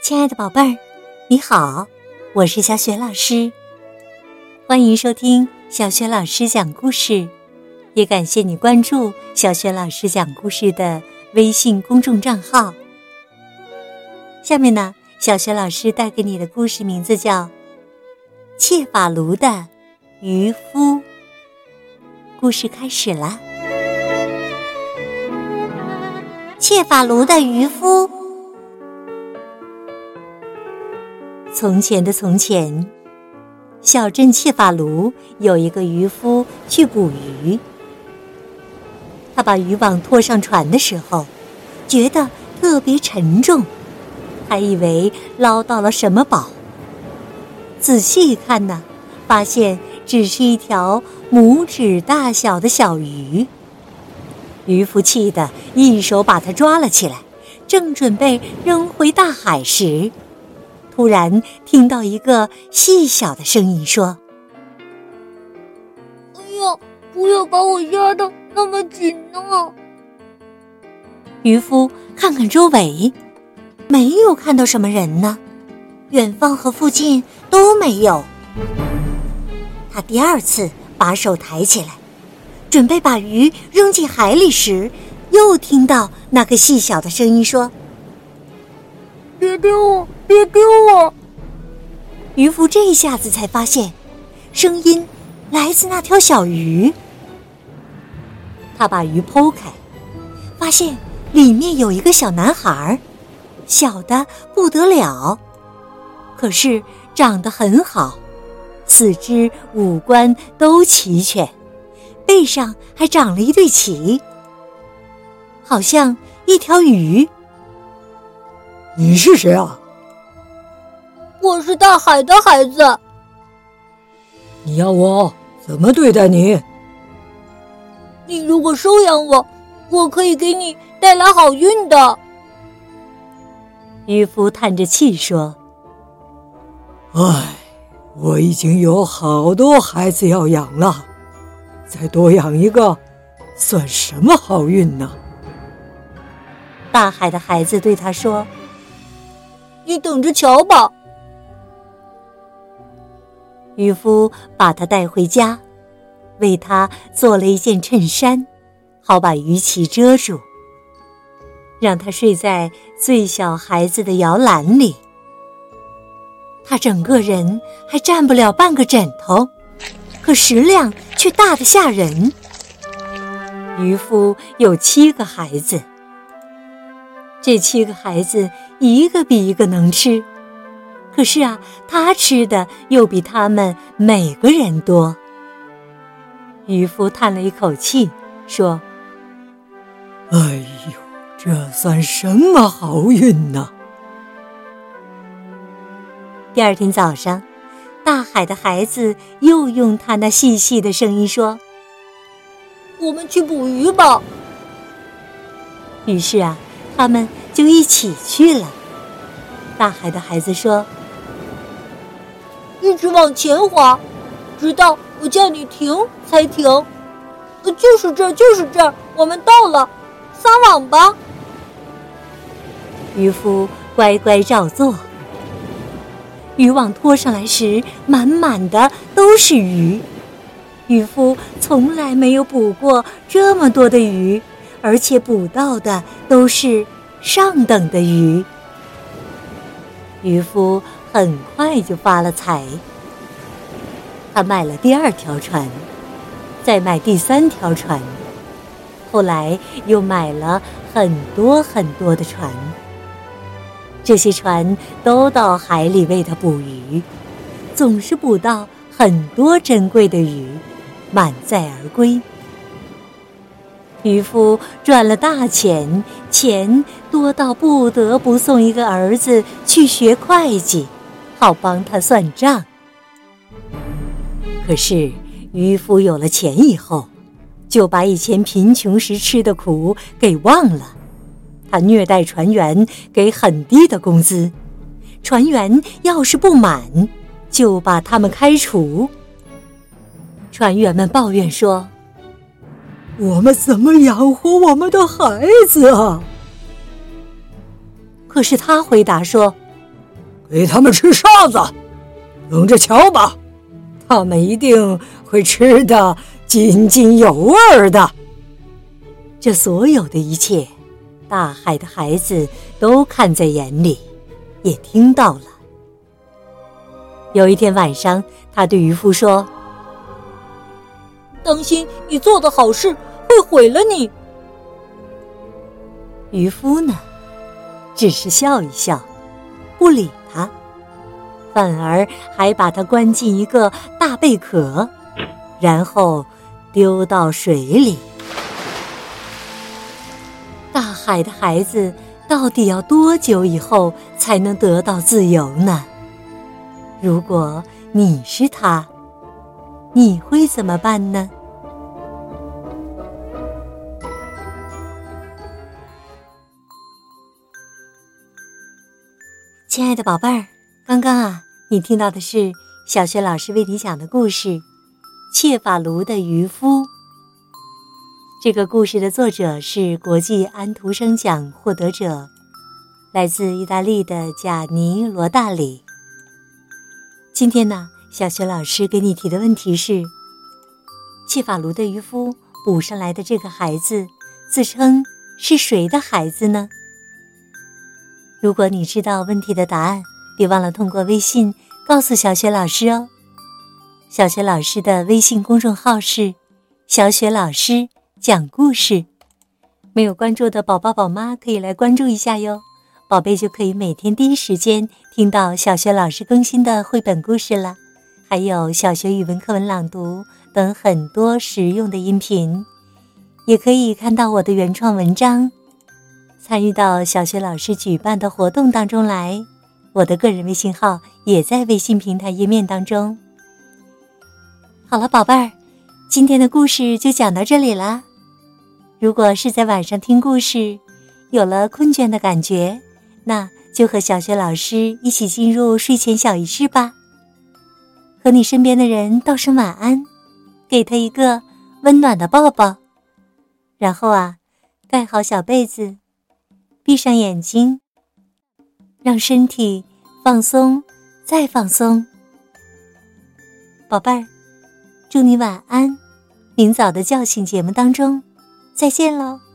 亲爱的宝贝儿，你好，我是小雪老师，欢迎收听小雪老师讲故事，也感谢你关注小雪老师讲故事的微信公众账号。下面呢，小雪老师带给你的故事名字叫《切法卢的渔夫》。故事开始了。切法卢的渔夫。从前的从前，小镇切法卢有一个渔夫去捕鱼。他把渔网拖上船的时候，觉得特别沉重，还以为捞到了什么宝。仔细一看呢，发现只是一条拇指大小的小鱼。渔夫气得一手把它抓了起来，正准备扔回大海时，突然听到一个细小的声音说：“ 哎呀，不要把我压得那么紧啊！” 渔夫看看周围，没有看到什么人呢，远方和附近都没有。他第二次把手抬起来，准备把鱼扔进海里时，又听到那个细小的声音说：“ 别丢我，别丢我！” 渔夫这下子才发现，声音来自那条小鱼。他把鱼剖开，发现里面有一个小男孩，小的不得了，可是长得很好，四肢五官都齐全，背上还长了一对鳍，好像一条鱼。 “你是谁啊？”“ 我是大海的孩子。”“ 你要我怎么对待你？”“ 你如果收养我，我可以给你带来好运的。” 渔夫叹着气说：“ 唉，我已经有好多孩子要养了，再多养一个，算什么好运呢？” 大海的孩子对他说：“ 你等着瞧吧。” 渔夫把他带回家，为他做了一件衬衫，好把鱼鳍遮住，让他睡在最小孩子的摇篮里。他整个人还占不了半个枕头，可食量却大得吓人。渔夫有7个孩子，这7个孩子一个比一个能吃，可是啊，他吃的又比他们每个人多。渔夫叹了一口气，说：“ 哎呦，这算什么好运呢？” 第二天早上，大海的孩子又用他那细细的声音说：“ 我们去捕鱼吧。” 于是啊，他们就一起去了。大海的孩子说：“ 一直往前划，直到我叫你停才停。就是这儿，就是这儿，我们到了，撒网吧。” 渔夫乖乖照做。渔网拖上来时，满满的都是鱼。渔夫从来没有捕过这么多的鱼，而且捕到的都是上等的鱼。渔夫很快就发了财。他买了第2条船，再买第3条船，后来又买了很多很多的船。这些船都到海里为他捕鱼，总是捕到很多珍贵的鱼，满载而归。渔夫赚了大钱，钱多到不得不送一个儿子去学会计，好帮他算账。可是渔夫有了钱以后，就把以前贫穷时吃的苦给忘了。他虐待船员，给很低的工资，船员要是不满，就把他们开除。船员们抱怨说：“ 我们怎么养活我们的孩子啊？” 可是他回答说：“ 给他们吃哨子，等着瞧吧，他们一定会吃得津津有味的。 这所有的一切，大海的孩子都看在眼里，也听到了。有一天晚上，他对渔夫说： 当心你做的好事会毁了你。 渔夫呢，只是笑一笑，不理他，反而还把他关进一个大贝壳，然后丢到水里。大海的孩子到底要多久以后才能得到自由呢？如果你是他，你会怎么办呢？亲爱的宝贝儿，刚刚你听到的是小学老师为你讲的故事《切法卢的渔夫》。这个故事的作者是国际安徒生奖获得者，来自意大利的贾尼·罗大里。今天呢，小学老师给你提的问题是：切法卢的渔夫捕上来的这个孩子，自称是谁的孩子呢？如果你知道问题的答案，别忘了通过微信告诉小雪老师哦。小雪老师的微信公众号是小雪老师讲故事，没有关注的宝宝宝妈可以来关注一下哟，宝贝就可以每天第一时间听到小雪老师更新的绘本故事了，还有小学语文课文朗读等很多实用的音频，也可以看到我的原创文章，参与到小学老师举办的活动当中来。我的个人微信号也在微信平台页面当中。好了，宝贝儿，今天的故事就讲到这里啦。如果是在晚上听故事，有了困倦的感觉，那就和小学老师一起进入睡前小仪式吧。和你身边的人道声晚安，给他一个温暖的抱抱，然后盖好小被子，闭上眼睛，让身体放松再放松。宝贝儿，祝你晚安，明早的叫醒节目当中再见喽。